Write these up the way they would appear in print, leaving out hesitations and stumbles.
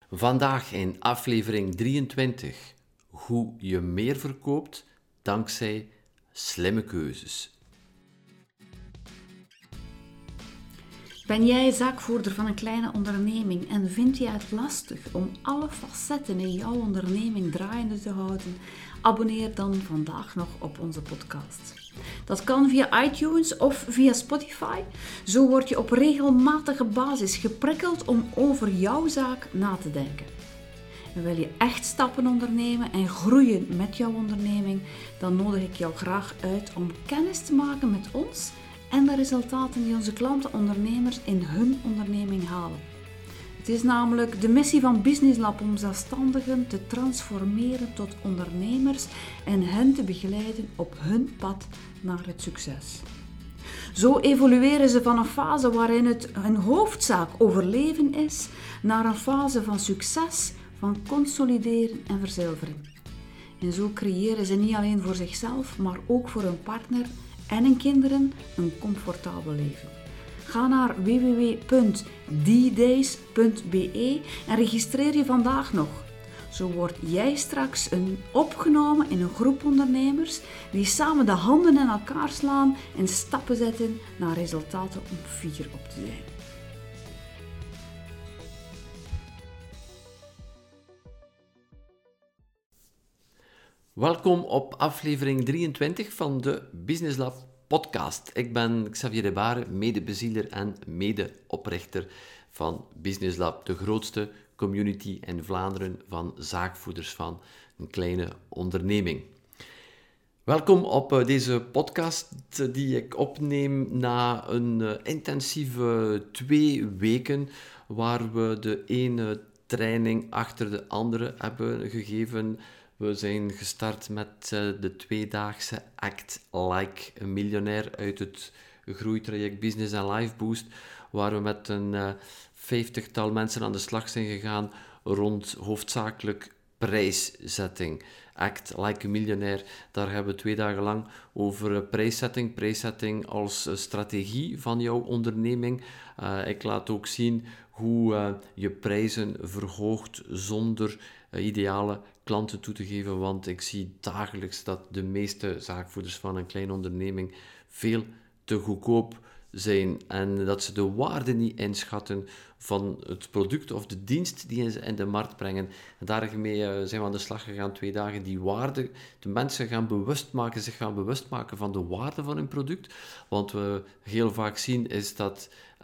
Vandaag in aflevering 23. Hoe je meer verkoopt dankzij slimme keuzes. Ben jij zaakvoerder van een kleine onderneming en vind je het lastig om alle facetten in jouw onderneming draaiende te houden? Abonneer dan vandaag nog op onze podcast. Dat kan via iTunes of via Spotify. Zo word je op regelmatige basis geprikkeld om over jouw zaak na te denken. En wil je echt stappen ondernemen en groeien met jouw onderneming, dan nodig ik jou graag uit om kennis te maken met ons en de resultaten die onze klanten-ondernemers in hun onderneming halen. Het is namelijk de missie van Business Lab om zelfstandigen te transformeren tot ondernemers en hen te begeleiden op hun pad naar het succes. Zo evolueren ze van een fase waarin het hun hoofdzaak overleven is, naar een fase van succes, van consolideren en verzilveren. En zo creëren ze niet alleen voor zichzelf, maar ook voor hun partner en hun kinderen een comfortabel leven. Ga naar www.ddays.be en registreer je vandaag nog. Zo word jij straks opgenomen in een groep ondernemers die samen de handen in elkaar slaan en stappen zetten naar resultaten om fier op te zijn. Welkom op aflevering 23 van de Business Lab podcast. Ik ben Xavier de Bare, medebezieler en medeoprichter van Business Lab, de grootste community in Vlaanderen van zaakvoerders van een kleine onderneming. Welkom op deze podcast die ik opneem na een intensieve 2 weken waar we de ene training achter de andere hebben gegeven. We zijn gestart met de 2-daagse Act Like a Millionaire uit het groeitraject Business and Life Boost, waar we met een 50-tal mensen aan de slag zijn gegaan rond hoofdzakelijk prijszetting. Act Like a Millionaire, daar hebben we 2 dagen lang over prijszetting. Prijszetting als strategie van jouw onderneming. Ik laat ook zien hoe je prijzen verhoogt zonder ideale klanten toe te geven, want ik zie dagelijks dat de meeste zaakvoerders van een kleine onderneming veel te goedkoop zijn en dat ze de waarde niet inschatten van het product of de dienst die ze in de markt brengen. En daarmee zijn we aan de slag gegaan 2 dagen, die waarde, de mensen zich gaan bewust maken van de waarde van hun product, want we heel vaak zien is dat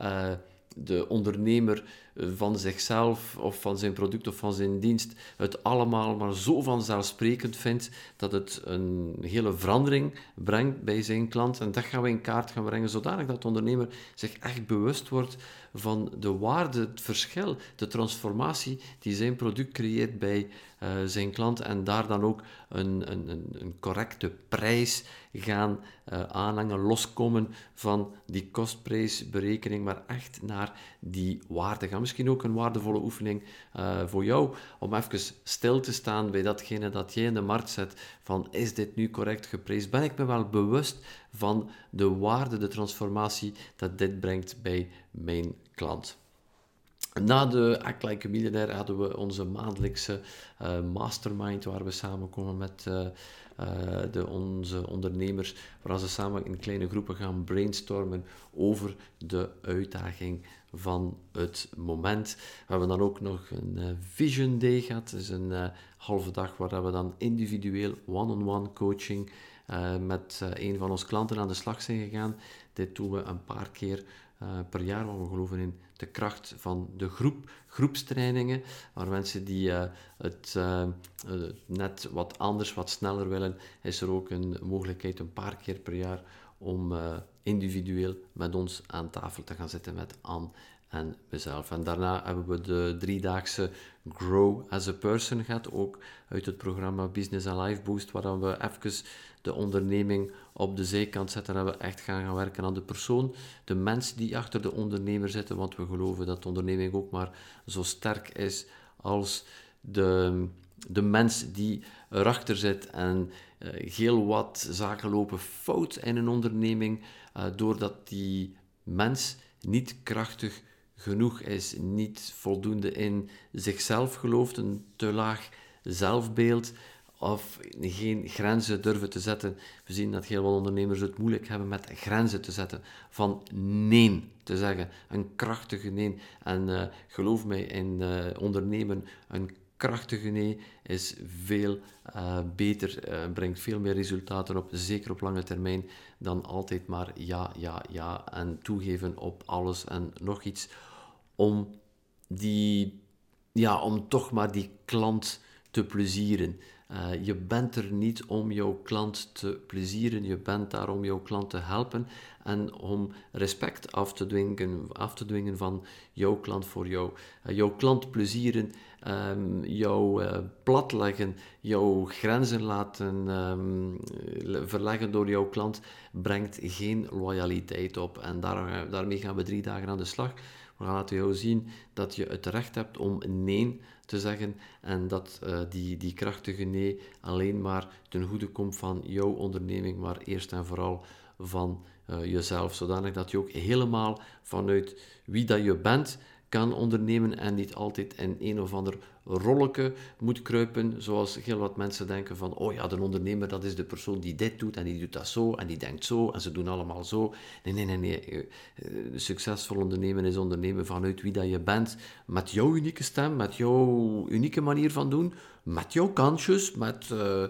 de ondernemer van zichzelf of van zijn product of van zijn dienst het allemaal maar zo vanzelfsprekend vindt dat het een hele verandering brengt bij zijn klant. En dat gaan we in kaart gaan brengen, zodanig dat de ondernemer zich echt bewust wordt van de waarde, het verschil, de transformatie die zijn product creëert bij zijn klant en daar dan ook een correcte prijs gaan aanhangen, loskomen van die kostprijsberekening, maar echt naar die waarde gaan. Misschien ook een waardevolle oefening voor jou, om even stil te staan bij datgene dat jij in de markt zet, van is dit nu correct geprijsd? Ben ik me wel bewust van de waarde, de transformatie dat dit brengt bij mijn klant? Na de Act Like a Millionaire hadden we onze maandelijkse mastermind, waar we samenkomen met onze ondernemers, waar ze samen in kleine groepen gaan brainstormen over de uitdaging van het moment. We hebben dan ook nog een Vision Day gehad, dat is een halve dag waar we dan individueel one-on-one coaching met een van onze klanten aan de slag zijn gegaan. Dit doen we een paar keer per jaar, want we geloven in de kracht van de groepstrainingen, waar mensen die het net wat anders, wat sneller willen, is er ook een mogelijkheid een paar keer per jaar om individueel met ons aan tafel te gaan zitten met Anne en mezelf. En daarna hebben we de 3-daagse Grow as a Person gehad, ook uit het programma Business and Life Boost, waar we even de onderneming op de zijkant zetten en we echt gaan werken aan de persoon, de mens die achter de ondernemer zitten, want we geloven dat de onderneming ook maar zo sterk is als de mens die erachter zit. En heel wat zaken lopen fout in een onderneming, doordat die mens niet krachtig genoeg is, niet voldoende in zichzelf gelooft, een te laag zelfbeeld of geen grenzen durven te zetten. We zien dat heel veel ondernemers het moeilijk hebben met grenzen te zetten, van nee te zeggen, een krachtige nee. En geloof mij, in ondernemen, een krachtige nee is veel beter, brengt veel meer resultaten op, zeker op lange termijn, dan altijd maar ja, ja, ja en toegeven op alles en nog iets, om toch maar die klant te plezieren. Je bent er niet om jouw klant te plezieren, je bent daar om jouw klant te helpen en om respect af te dwingen van jouw klant voor jou. Jouw klant plezieren, jou platleggen, jouw grenzen laten verleggen door jouw klant, brengt geen loyaliteit op. En daarmee gaan we 3 dagen aan de slag. We gaan laten jou zien dat je het recht hebt om nee te zeggen en dat die krachtige nee alleen maar ten goede komt van jouw onderneming, maar eerst en vooral van jezelf, zodanig dat je ook helemaal vanuit wie dat je bent kan ondernemen en niet altijd in een of ander rolletje moet kruipen, zoals heel wat mensen denken van, oh ja, de ondernemer, dat is de persoon die dit doet en die doet dat zo en die denkt zo en ze doen allemaal zo. Nee. Succesvol ondernemen is ondernemen vanuit wie dat je bent, met jouw unieke stem, met jouw unieke manier van doen, met jouw kansjes, met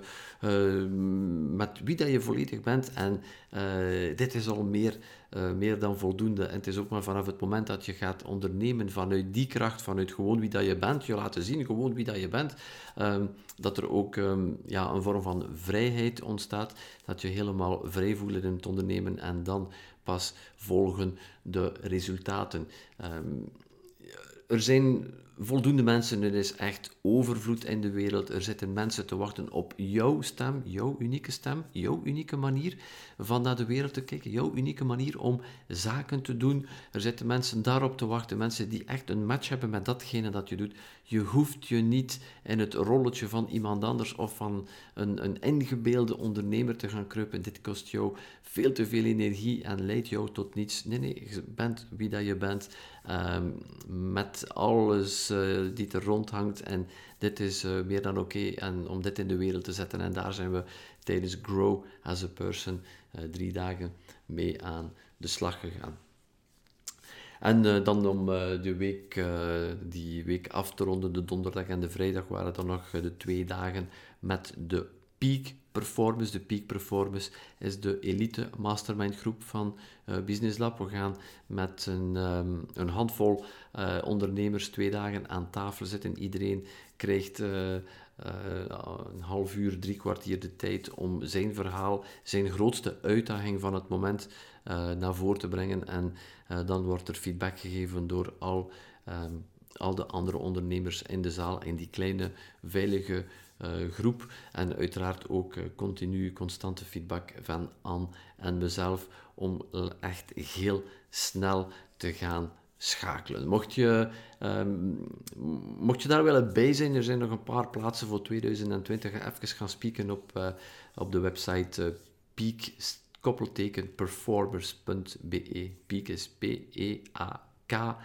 wie dat je volledig bent. En dit is al meer dan voldoende. En het is ook maar vanaf het moment dat je gaat ondernemen vanuit die kracht, vanuit gewoon wie dat je bent, je laten zien gewoon wie dat je bent, dat er ook een vorm van vrijheid ontstaat, dat je helemaal vrij voelt in het ondernemen en dan pas volgen de resultaten. Er zijn voldoende mensen, er is echt overvloed in de wereld. Er zitten mensen te wachten op jouw stem, jouw unieke manier van naar de wereld te kijken, jouw unieke manier om zaken te doen. Er zitten mensen daarop te wachten, mensen die echt een match hebben met datgene dat je doet. Je hoeft je niet in het rolletje van iemand anders of van een ingebeelde ondernemer te gaan kruipen. Dit kost jou veel te veel energie en leidt jou tot niets. Nee, je bent wie dat je bent, met alles die er rondhangt. En dit is meer dan oké en om dit in de wereld te zetten. En daar zijn we tijdens Grow as a Person 3 dagen mee aan de slag gegaan. En dan om die week af te ronden, de donderdag en de vrijdag, waren dan nog de 2 dagen met de Peak Performance. De Peak Performance is de elite mastermind groep van Business Lab. We gaan met een handvol ondernemers 2 dagen aan tafel zitten. Iedereen krijgt een half uur, 3 kwartier de tijd om zijn verhaal, zijn grootste uitdaging van het moment naar voren te brengen. En dan wordt er feedback gegeven door al de andere ondernemers in de zaal, in die kleine, veilige groep. En uiteraard ook constante feedback van Anne en mezelf om echt heel snel te gaan schakelen. Mocht je daar willen bij zijn, er zijn nog een paar plaatsen voor 2020. Even gaan spieken op de website peak-performers.be. Peak is P-E-A-K,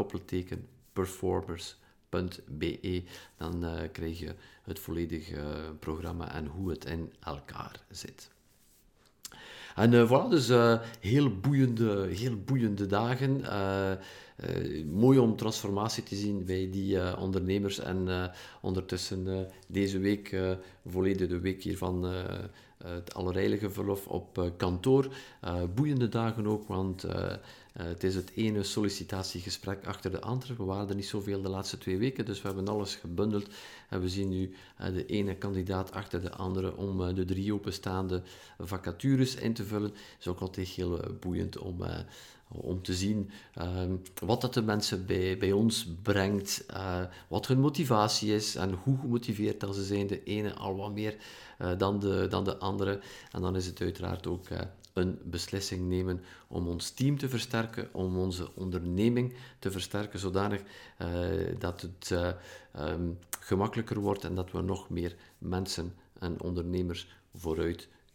performers.be. Dan krijg je het volledige programma en hoe het in elkaar zit. En voilà, dus heel boeiende dagen. Mooi om transformatie te zien bij die ondernemers. En ondertussen deze week, volledig de week hier van het Allerheilige verlof op kantoor. Boeiende dagen ook, want het is het ene sollicitatiegesprek achter de andere. We waren er niet zoveel de laatste 2 weken, dus we hebben alles gebundeld. En we zien nu de ene kandidaat achter de andere om de 3 openstaande vacatures in te vullen. Het is ook altijd heel boeiend om te zien wat dat de mensen bij ons brengt, wat hun motivatie is en hoe gemotiveerd dat ze zijn. De ene al wat meer dan de andere. En dan is het uiteraard ook een beslissing nemen om ons team te versterken, om onze onderneming te versterken, zodanig dat het gemakkelijker wordt en dat we nog meer mensen en ondernemers vooruit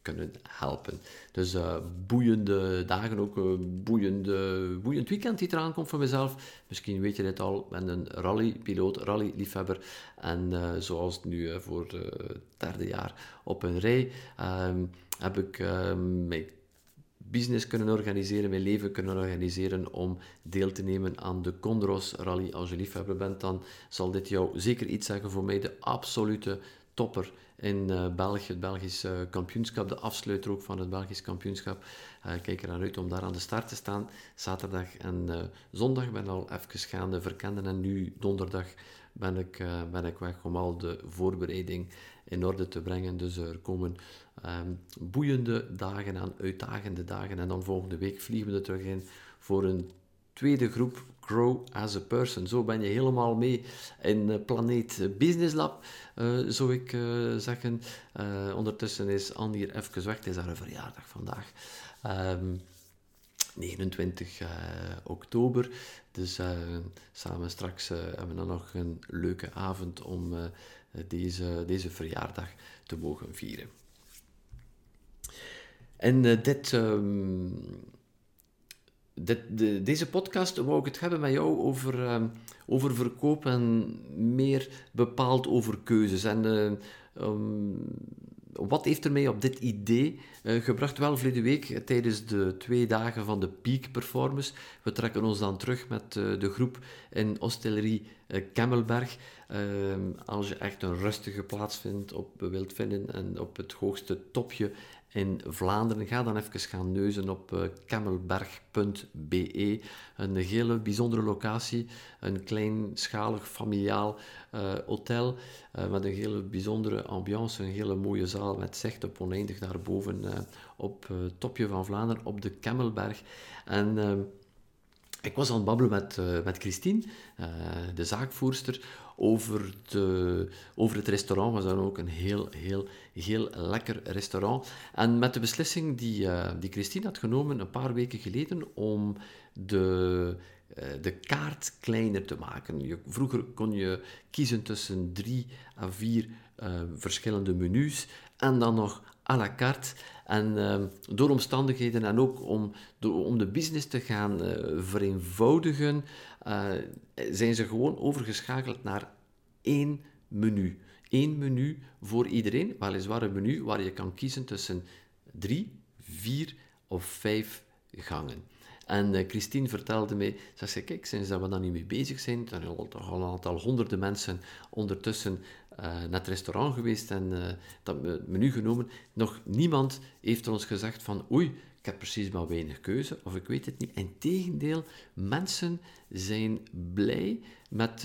kunnen helpen. Dus boeiende dagen, ook boeiend weekend die eraan komt voor mezelf. Misschien weet je het al, ik ben een rallypiloot, rallyliefhebber. En zoals nu voor het derde jaar op een rij heb ik mijn business kunnen organiseren, mijn leven kunnen organiseren om deel te nemen aan de Condros Rally. Als je liefhebber bent, dan zal dit jou zeker iets zeggen. Voor mij de absolute topper in België, het Belgisch kampioenschap, de afsluiter ook van het Belgisch kampioenschap. Ik kijk er aan uit om daar aan de start te staan. Zaterdag en zondag ben al even gaande verkennen en nu donderdag ben ik weg om al de voorbereiding in orde te brengen. Dus er komen boeiende dagen aan, uitdagende dagen. En dan volgende week vliegen we er terug in voor een tweede groep, Grow as a Person. Zo ben je helemaal mee in Planeet Business Lab, zou ik zeggen. Ondertussen is Anne hier even weg. Het is haar verjaardag vandaag. 29 oktober. Dus samen straks hebben we dan nog een leuke avond om deze verjaardag te mogen vieren. En deze podcast wou ik het hebben met jou over verkoop en meer bepaald over keuzes. En wat heeft er mij op dit idee gebracht? Wel, verleden week tijdens de 2 dagen van de Peak Performance. We trekken ons dan terug met de groep in Hostellerie Kemmelberg. Als je echt een rustige plaats wilt vinden en op het hoogste topje in Vlaanderen, ga dan even gaan neuzen op kemmelberg.be. Een hele bijzondere locatie, een kleinschalig familiaal hotel met een hele bijzondere ambiance, een hele mooie zaal met zicht op oneindig daarboven op het topje van Vlaanderen, op de Kemmelberg. En ik was aan het babbelen met Christine, de zaakvoerster, over het restaurant. Het was dan ook een heel lekker restaurant. En met de beslissing die Christine had genomen een paar weken geleden om de kaart kleiner te maken. Vroeger kon je kiezen tussen 3 à 4 verschillende menus en dan nog à la carte. En door omstandigheden en ook om de business te gaan vereenvoudigen, zijn ze gewoon overgeschakeld naar 1 menu. 1 menu voor iedereen, weliswaar een menu waar je kan kiezen tussen 3, 4 of 5 gangen. En Christine vertelde mij, ze kijk, sinds dat we daar niet mee bezig zijn, er zijn al een aantal honderden mensen ondertussen naar het restaurant geweest en dat menu genomen. Nog niemand heeft ons gezegd van, oei, ik heb precies maar weinig keuze, of ik weet het niet. Integendeel, mensen zijn blij met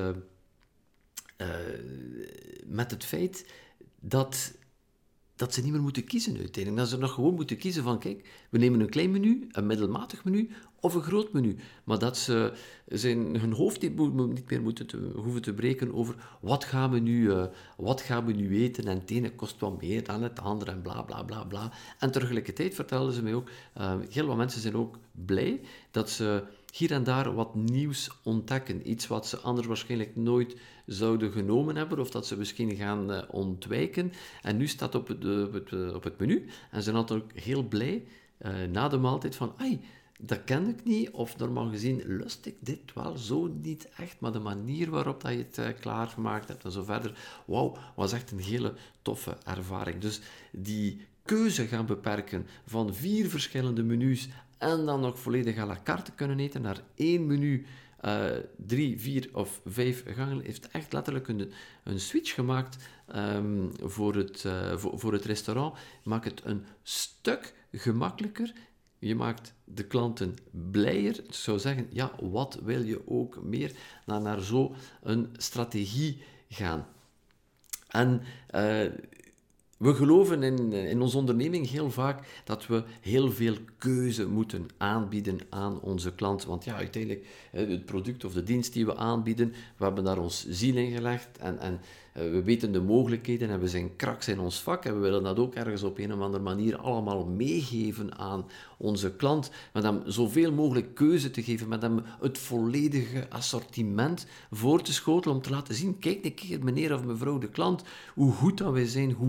het feit dat ze niet meer moeten kiezen uiteindelijk. Dat ze nog gewoon moeten kiezen van, kijk, we nemen een klein menu, een middelmatig menu of een groot menu. Maar dat ze hun hoofd niet meer hoeven te breken over wat gaan we nu eten en het ene kost wat meer dan het andere en bla bla bla bla. En tegelijkertijd vertelden ze mij ook, heel wat mensen zijn ook blij dat ze hier en daar wat nieuws ontdekken. Iets wat ze anders waarschijnlijk nooit zouden genomen hebben, of dat ze misschien gaan ontwijken. En nu staat op het menu. En ze zijn altijd ook heel blij na de maaltijd van, dat ken ik niet, of normaal gezien lust ik dit wel zo niet echt, maar de manier waarop dat je het klaargemaakt hebt en zo verder, wauw, was echt een hele toffe ervaring. Dus die keuze gaan beperken van 4 verschillende menus en dan nog volledig à la carte kunnen eten naar 1 menu, 3, 4 of 5 gangen, heeft echt letterlijk een switch gemaakt voor het restaurant. Maakt het een stuk gemakkelijker. Je maakt de klanten blijer. Ik zou zeggen, ja, wat wil je ook meer naar zo'n strategie gaan? En we geloven in onze onderneming heel vaak dat we heel veel keuze moeten aanbieden aan onze klant. Want ja, uiteindelijk, het product of de dienst die we aanbieden, we hebben daar ons ziel in gelegd en we weten de mogelijkheden en we zijn kraks in ons vak en we willen dat ook ergens op een of andere manier allemaal meegeven aan onze klant, met hem zoveel mogelijk keuze te geven, met hem het volledige assortiment voor te schotelen om te laten zien, kijk een keer meneer of mevrouw de klant, hoe goed dat wij zijn, hoeveel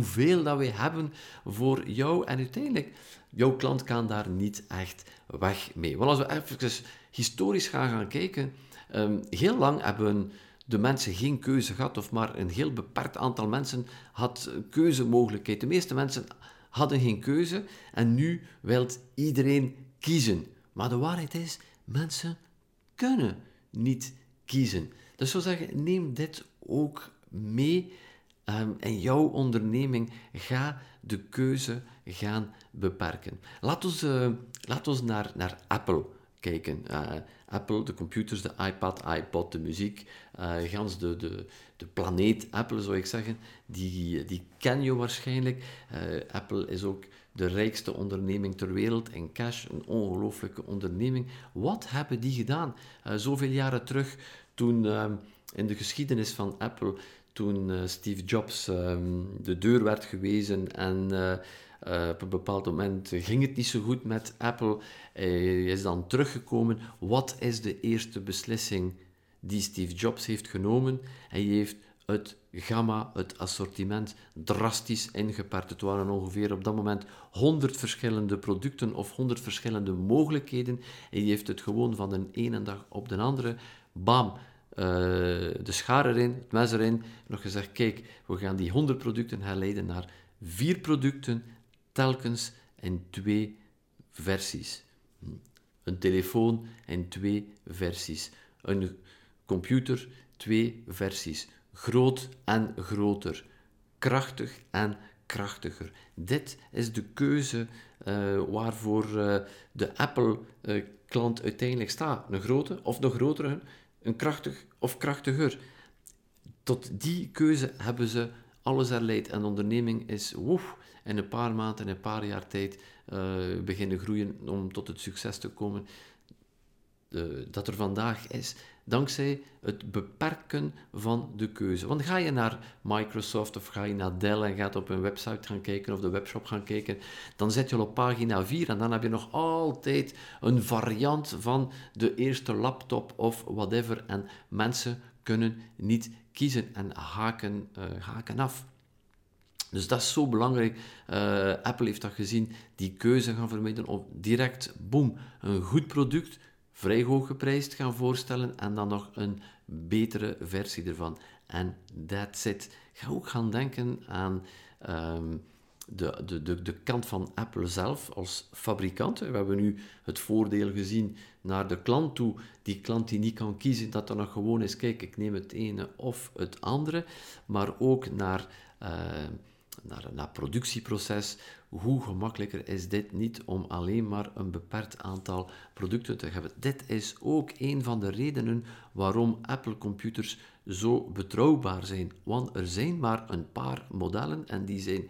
veel dat wij hebben voor jou. En uiteindelijk, jouw klant kan daar niet echt weg mee. Want als we even historisch gaan kijken, heel lang hebben de mensen geen keuze gehad, of maar een heel beperkt aantal mensen had keuzemogelijkheid. De meeste mensen hadden geen keuze en nu wil iedereen kiezen. Maar de waarheid is, mensen kunnen niet kiezen. Dus ik zou zeggen, neem dit ook mee in jouw onderneming. Ga de keuze gaan beperken. Laat ons naar Apple kijken. Apple, de computers, de iPad, iPod, de muziek, gans de planeet Apple, zou ik zeggen, die ken je waarschijnlijk. Apple is ook de rijkste onderneming ter wereld in cash, een ongelooflijke onderneming. Wat hebben die gedaan? Zoveel jaren terug, toen in de geschiedenis van Apple, toen Steve Jobs de deur werd gewezen en op een bepaald moment ging het niet zo goed met Apple. Hij is dan teruggekomen. Wat is de eerste beslissing die Steve Jobs heeft genomen? Hij heeft het gamma, het assortiment, drastisch ingeperd. Het waren ongeveer op dat moment 100 verschillende producten of 100 verschillende mogelijkheden. Hij heeft het gewoon van de ene dag op de andere, bam, de schaar erin, het mes erin, nog gezegd, kijk, we gaan die 100 producten herleiden naar 4 producten, telkens in 2 versies. Een telefoon in 2 versies. Een computer, 2 versies. Groot en groter. Krachtig en krachtiger. Dit is de keuze waarvoor de Apple-klant uiteindelijk staat. Een grote of een grotere, een krachtig of krachtiger. Tot die keuze hebben ze alles herleid. En de onderneming is in een paar maanden, in een paar jaar tijd beginnen groeien om tot het succes te komen dat er vandaag is, dankzij het beperken van de keuze. Want ga je naar Microsoft of ga je naar Dell en gaat op een website gaan kijken of de webshop gaan kijken, dan zit je al op pagina 4 en dan heb je nog altijd een variant van de eerste laptop of whatever en mensen kunnen niet kiezen en haken af. Dus dat is zo belangrijk. Apple heeft dat gezien, die keuze gaan vermijden of direct, boem, een goed product, vrij hoog geprijsd gaan voorstellen en dan nog een betere versie ervan. En that's it. Ga ook gaan denken aan de kant van Apple zelf als fabrikant. We hebben nu het voordeel gezien naar de klant toe. Die klant die niet kan kiezen, dat er nog gewoon is, kijk, ik neem het ene of het andere. Maar ook naar productieproces. Hoe gemakkelijker is dit niet om alleen maar een beperkt aantal producten te hebben? Dit is ook een van de redenen waarom Apple-computers zo betrouwbaar zijn. Want er zijn maar een paar modellen en die zijn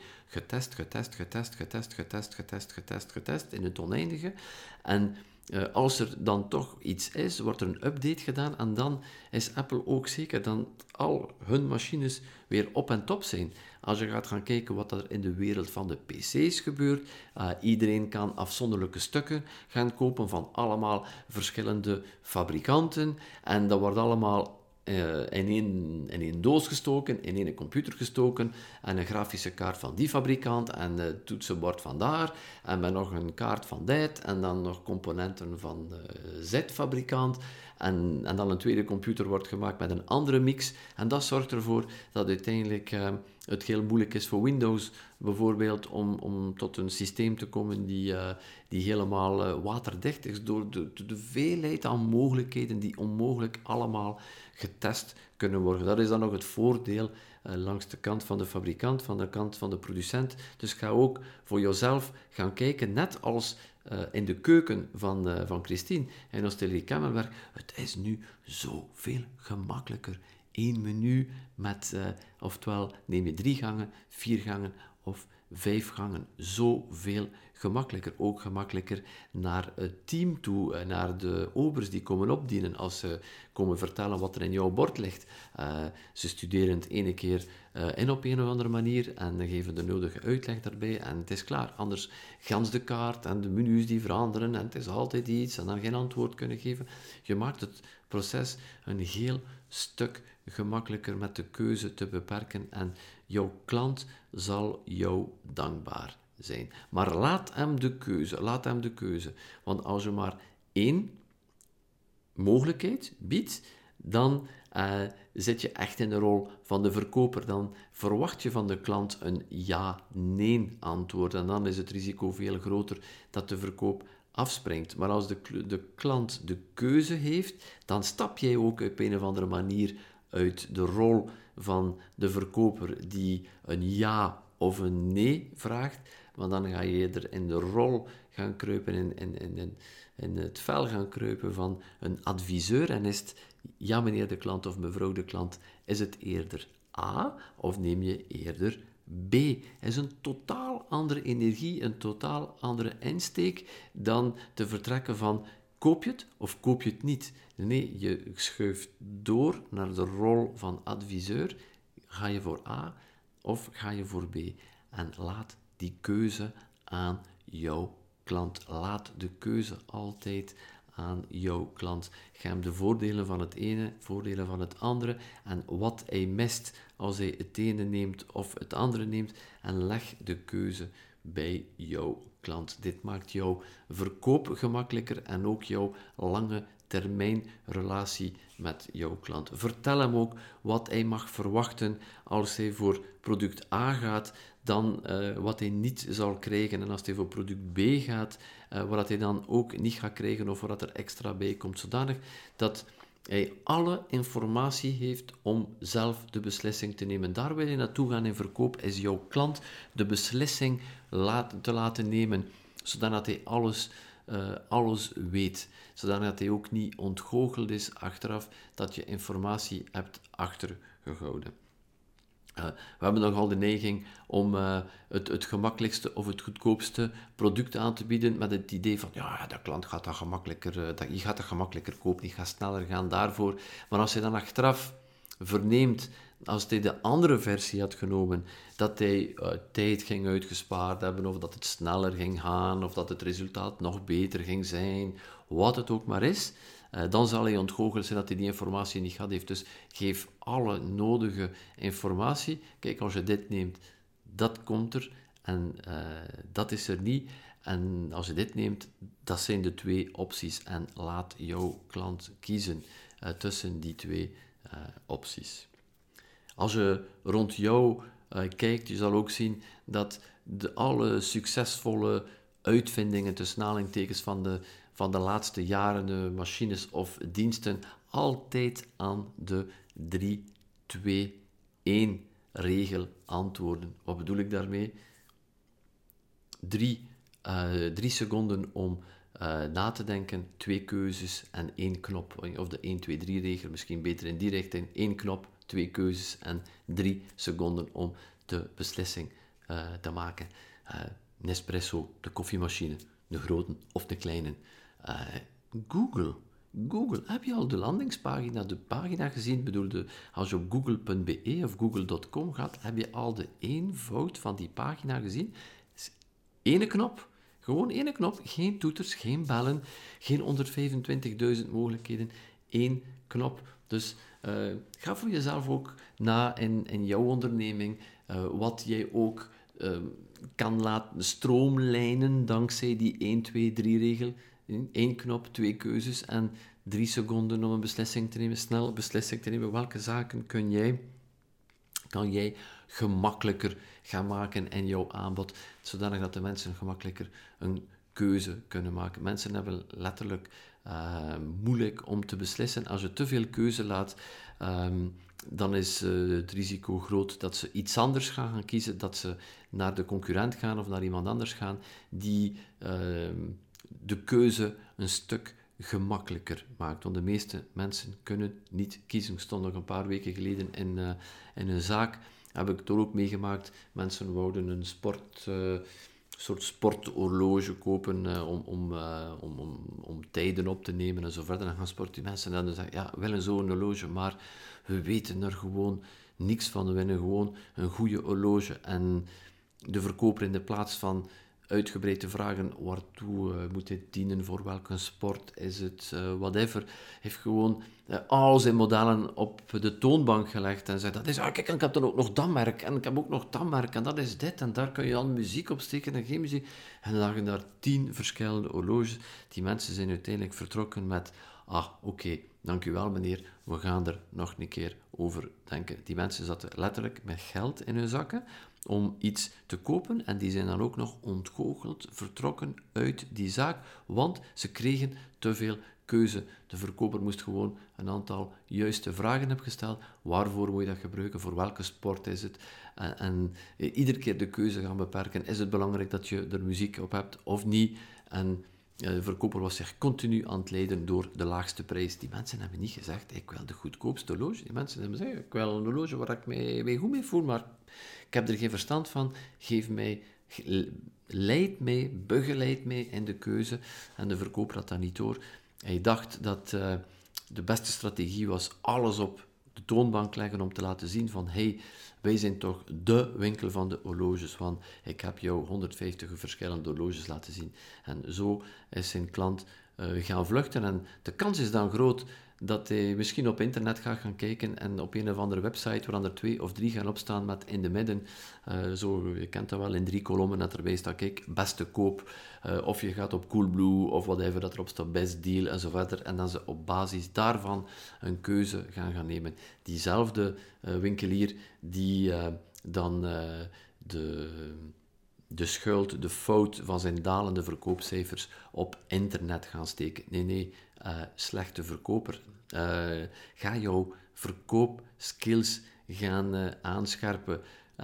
getest in het oneindige. En als er dan toch iets is, wordt er een update gedaan en dan is Apple ook zeker dat al hun machines weer op en top zijn. Als je gaat gaan kijken wat er in de wereld van de PC's gebeurt, iedereen kan afzonderlijke stukken gaan kopen van allemaal verschillende fabrikanten en dat wordt allemaal in één doos gestoken, in één computer gestoken en een grafische kaart van die fabrikant en een toetsenbord van daar en met nog een kaart van dit en dan nog componenten van Z-fabrikant en dan een tweede computer wordt gemaakt met een andere mix en dat zorgt ervoor dat uiteindelijk het heel moeilijk is voor Windows bijvoorbeeld om tot een systeem te komen die helemaal waterdicht is door de veelheid aan mogelijkheden die onmogelijk allemaal getest kunnen worden. Dat is dan nog het voordeel langs de kant van de fabrikant, van de kant van de producent. Dus ga ook voor jezelf gaan kijken, net als in de keuken van Christine en ons Telekammerwerk. Het is nu zoveel gemakkelijker. 1 menu met, oftewel neem je 3 gangen, 4 gangen of 5 gangen. Zoveel gemakkelijker. Ook gemakkelijker naar het team toe, naar de obers die komen opdienen als ze komen vertellen wat er in jouw bord ligt. Ze studeren het ene keer in op een of andere manier en geven de nodige uitleg daarbij en het is klaar. Anders gans de kaart en de menus die veranderen en het is altijd iets en dan geen antwoord kunnen geven. Je maakt het proces een heel stuk gemakkelijker met de keuze te beperken en jouw klant zal jou dankbaar zijn. Maar laat hem de keuze. Want als je maar één mogelijkheid biedt, dan zit je echt in de rol van de verkoper. Dan verwacht je van de klant een ja-nee antwoord. En dan is het risico veel groter dat de verkoop afspringt. Maar als de klant de keuze heeft, dan stap jij ook op een of andere manier uit de rol van de verkoper die een ja of een nee vraagt. Maar dan ga je er in de rol gaan kruipen, in het vel gaan kruipen van een adviseur. En is het, ja meneer de klant of mevrouw de klant, is het eerder A of neem je eerder B? Het is een totaal andere energie, een totaal andere insteek dan te vertrekken van koop je het of koop je het niet? Nee, je schuift door naar de rol van adviseur. Ga je voor A of ga je voor B? En laat die keuze aan jouw klant. Laat de keuze altijd aan jouw klant. Geef hem de voordelen van het ene, voordelen van het andere en wat hij mist als hij het ene neemt of het andere neemt en leg de keuze bij jouw klant. Dit maakt jouw verkoop gemakkelijker en ook jouw lange termijn relatie met jouw klant. Vertel hem ook wat hij mag verwachten als hij voor product A gaat, dan wat hij niet zal krijgen. En als hij voor product B gaat, wat hij dan ook niet gaat krijgen of wat er extra bij komt. Zodanig dat hij alle informatie heeft om zelf de beslissing te nemen. Daar wil je naartoe gaan in verkoop, is jouw klant de beslissing te laten nemen, zodat hij alles weet. Zodat hij ook niet ontgoocheld is achteraf dat je informatie hebt achtergehouden. We hebben nogal de neiging om het gemakkelijkste of het goedkoopste product aan te bieden met het idee van, ja, de klant gaat dat gemakkelijker, je gaat dat gemakkelijker kopen, die gaat sneller gaan daarvoor. Maar als je dan achteraf verneemt, als hij de andere versie had genomen, dat hij tijd ging uitgespaard hebben, of dat het sneller ging gaan, of dat het resultaat nog beter ging zijn, wat het ook maar is, dan zal hij ontgoocheld zijn dat hij die informatie niet gehad heeft. Dus geef alle nodige informatie. Kijk, als je dit neemt, dat komt er en dat is er niet. En als je dit neemt, dat zijn de twee opties. En laat jouw klant kiezen tussen die twee opties. Als je rond jou kijkt, je zal ook zien dat alle succesvolle uitvindingen, tussen aanhalingstekens van de laatste jaren, de machines of diensten, altijd aan de 3-2-1-regel antwoorden. Wat bedoel ik daarmee? 3 seconden om na te denken, 2 keuzes en 1 knop. Of de 1-2-3-regel, misschien beter in die richting. 1 knop, 2 keuzes en 3 seconden om de beslissing te maken. Nespresso, de koffiemachine, de grote of de kleine. Google, heb je al de landingspagina, de pagina gezien? Als je op google.be of google.com gaat, heb je al de eenvoud van die pagina gezien? Ene knop, gewoon ene knop, geen toeters, geen bellen, geen 125.000 mogelijkheden, 1 knop. Dus ga voor jezelf ook na in jouw onderneming wat jij ook kan laten stroomlijnen dankzij die 1-2-3-regel. 1 knop, 2 keuzes en 3 seconden om een beslissing te nemen, snel beslissing te nemen. Welke zaken kan jij gemakkelijker gaan maken in jouw aanbod, zodanig dat de mensen gemakkelijker een keuze kunnen maken. Mensen hebben letterlijk moeilijk om te beslissen. Als je te veel keuze laat, dan is het risico groot dat ze iets anders gaan kiezen, dat ze naar de concurrent gaan of naar iemand anders gaan, die de keuze een stuk gemakkelijker maakt. Want de meeste mensen kunnen niet kiezen. Ik stond nog een paar weken geleden in een zaak, heb ik het ook meegemaakt. Mensen wouden een soort sporthorloge kopen om tijden op te nemen en zo verder. Dan gaan sporten mensen en dan zeggen, ja, we willen zo'n horloge, maar we weten er gewoon niks van. We willen gewoon een goede horloge. En de verkoper in de plaats van uitgebreid te vragen waartoe moet dit dienen, voor welke sport is het, whatever. Heeft gewoon al zijn modellen op de toonbank gelegd en zei, dat is, kijk, en ik heb dan ook nog dat merk, en ik heb ook nog dat merk, en dat is dit, en daar kun je dan muziek op steken en geen muziek. En er lagen daar 10 verschillende horloges. Die mensen zijn uiteindelijk vertrokken met, oké, dank u wel meneer, we gaan er nog een keer over denken. Die mensen zaten letterlijk met geld in hun zakken om iets te kopen en die zijn dan ook nog ontgoocheld vertrokken uit die zaak, want ze kregen te veel keuze. De verkoper moest gewoon een aantal juiste vragen hebben gesteld. Waarvoor moet je dat gebruiken? Voor welke sport is het? En iedere keer de keuze gaan beperken. Is het belangrijk dat je er muziek op hebt of niet? En de verkoper was zich continu aan het leiden door de laagste prijs. Die mensen hebben niet gezegd, ik wil de goedkoopste horloge. Die mensen hebben gezegd, ik wil een horloge waar ik mij goed mee voel, maar ik heb er geen verstand van. Begeleid mij in de keuze. En de verkoper had dat niet door. Hij dacht dat de beste strategie was alles op de toonbank leggen om te laten zien van, wij zijn toch de winkel van de horloges, want ik heb jou 150 verschillende horloges laten zien. En zo is zijn klant gaan vluchten. En de kans is dan groot dat hij misschien op internet gaat gaan kijken en op een of andere website waar er 2 of 3 gaan opstaan met in de midden, je kent dat wel, in 3 kolommen dat erbij staat, kijk, beste koop, of je gaat op Coolblue of whatever dat erop staat, best deal en zo verder, en dan ze op basis daarvan een keuze gaan nemen. Diezelfde winkelier die dan de schuld, de fout van zijn dalende verkoopcijfers op internet gaan steken. Nee, slechte verkoper. Ga jouw verkoopskills gaan aanscherpen.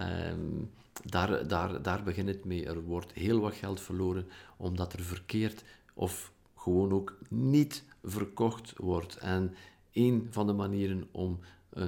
Daar begint het mee. Er wordt heel wat geld verloren omdat er verkeerd of gewoon ook niet verkocht wordt. En een van de manieren om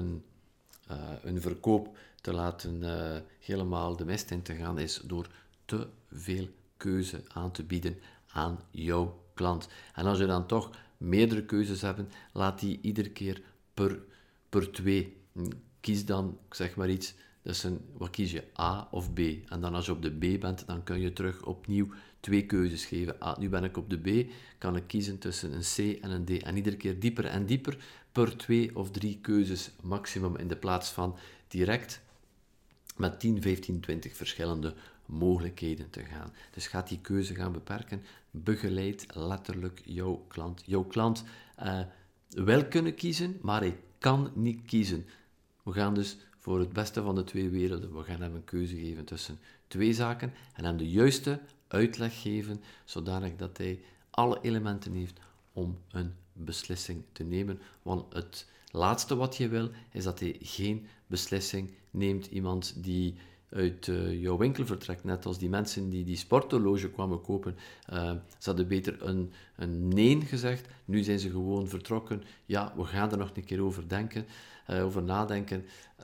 een verkoop te laten helemaal de mist in te gaan is door te veel keuze aan te bieden aan jouw klant. En als je dan toch meerdere keuzes hebt, laat die iedere keer per 2. Kies dan, ik zeg maar iets, wat kies je, A of B? En dan als je op de B bent, dan kun je terug opnieuw 2 keuzes geven. Nu ben ik op de B, kan ik kiezen tussen een C en een D. En iedere keer dieper en dieper, per 2 of 3 keuzes maximum, in de plaats van direct met 10, 15, 20 verschillende mogelijkheden te gaan. Dus gaat die keuze gaan beperken, begeleid letterlijk jouw klant. Jouw klant wil kunnen kiezen, maar hij kan niet kiezen. We gaan dus voor het beste van de 2 werelden, we gaan hem een keuze geven tussen 2 zaken en hem de juiste uitleg geven, zodanig dat hij alle elementen heeft om een beslissing te nemen. Want het laatste wat je wil, is dat hij geen beslissing neemt. Iemand die uit jouw winkel vertrekt, net als die mensen die sporthorloge kwamen kopen, ze hadden beter een nee gezegd. Nu zijn ze gewoon vertrokken. Ja, we gaan er nog een keer over nadenken.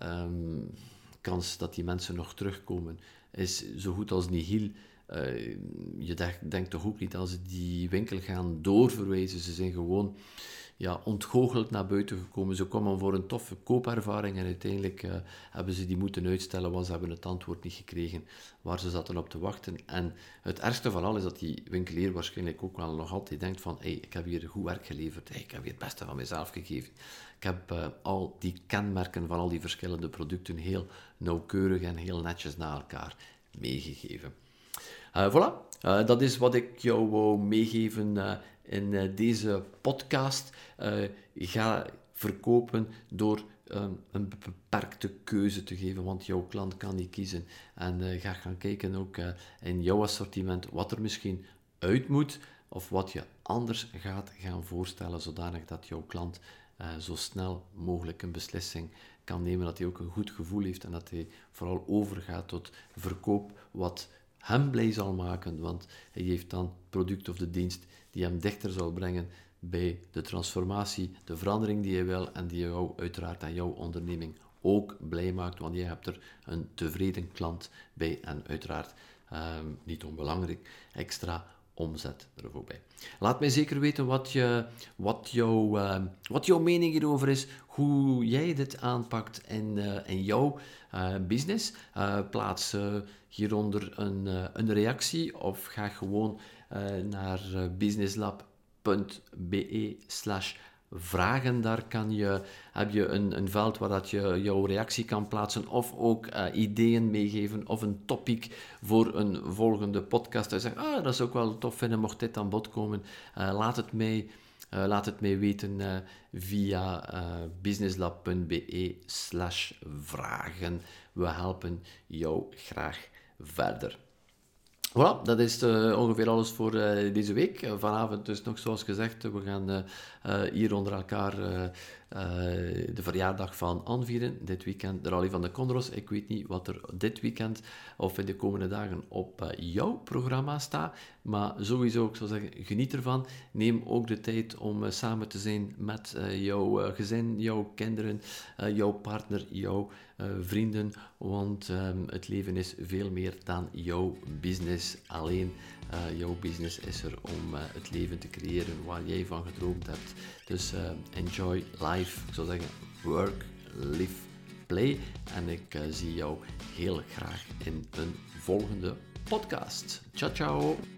Kans dat die mensen nog terugkomen is zo goed als nihil. Je denkt toch ook niet als ze die winkel gaan doorverwijzen. Ze zijn gewoon ontgoocheld naar buiten gekomen. Ze kwamen voor een toffe koopervaring en uiteindelijk hebben ze die moeten uitstellen, want ze hebben het antwoord niet gekregen waar ze zaten op te wachten. En het ergste van al is dat die winkelier waarschijnlijk ook wel nog altijd denkt van, ik heb hier goed werk geleverd, ik heb hier het beste van mezelf gegeven. Ik heb al die kenmerken van al die verschillende producten heel nauwkeurig en heel netjes naar elkaar meegegeven. Voilà, dat is wat ik jou wou meegeven in deze podcast. Ga verkopen door een beperkte keuze te geven, want jouw klant kan niet kiezen. En ga gaan kijken ook in jouw assortiment wat er misschien uit moet, of wat je anders gaat gaan voorstellen, zodanig dat jouw klant zo snel mogelijk een beslissing kan nemen, dat hij ook een goed gevoel heeft en dat hij vooral overgaat tot verkoop wat hem blij zal maken, want hij heeft dan product of de dienst die hem dichter zal brengen bij de transformatie, de verandering die hij wil en die jou uiteraard aan jouw onderneming ook blij maakt, want jij hebt er een tevreden klant bij en uiteraard, niet onbelangrijk, extra omzet er voorbij. Laat mij zeker weten wat jouw mening hierover is, hoe jij dit aanpakt in jouw business. Plaats hieronder een reactie of ga gewoon naar businesslab.be/vragen. Daar heb je een veld waar dat je jouw reactie kan plaatsen of ook ideeën meegeven of een topic voor een volgende podcast. Dat je zegt, dat is ook wel tof vinden mocht dit aan bod komen. Laat het mij weten via businesslab.be/vragen. We helpen jou graag verder. Voilà, dat is ongeveer alles voor deze week. Vanavond dus nog zoals gezegd, we gaan hier onder elkaar de verjaardag van Anne vieren. Dit weekend de Rally van de Condros. Ik weet niet wat er dit weekend of in de komende dagen op jouw programma staat. Maar sowieso, ik zou zeggen, geniet ervan. Neem ook de tijd om samen te zijn met jouw gezin, jouw kinderen, jouw partner, jouw vrienden. Want het leven is veel meer dan jouw business alleen. Jouw business is er om het leven te creëren waar jij van gedroomd hebt. Dus enjoy life. Ik zou zeggen, work, live, play. En ik zie jou heel graag in een volgende podcast. Ciao, ciao.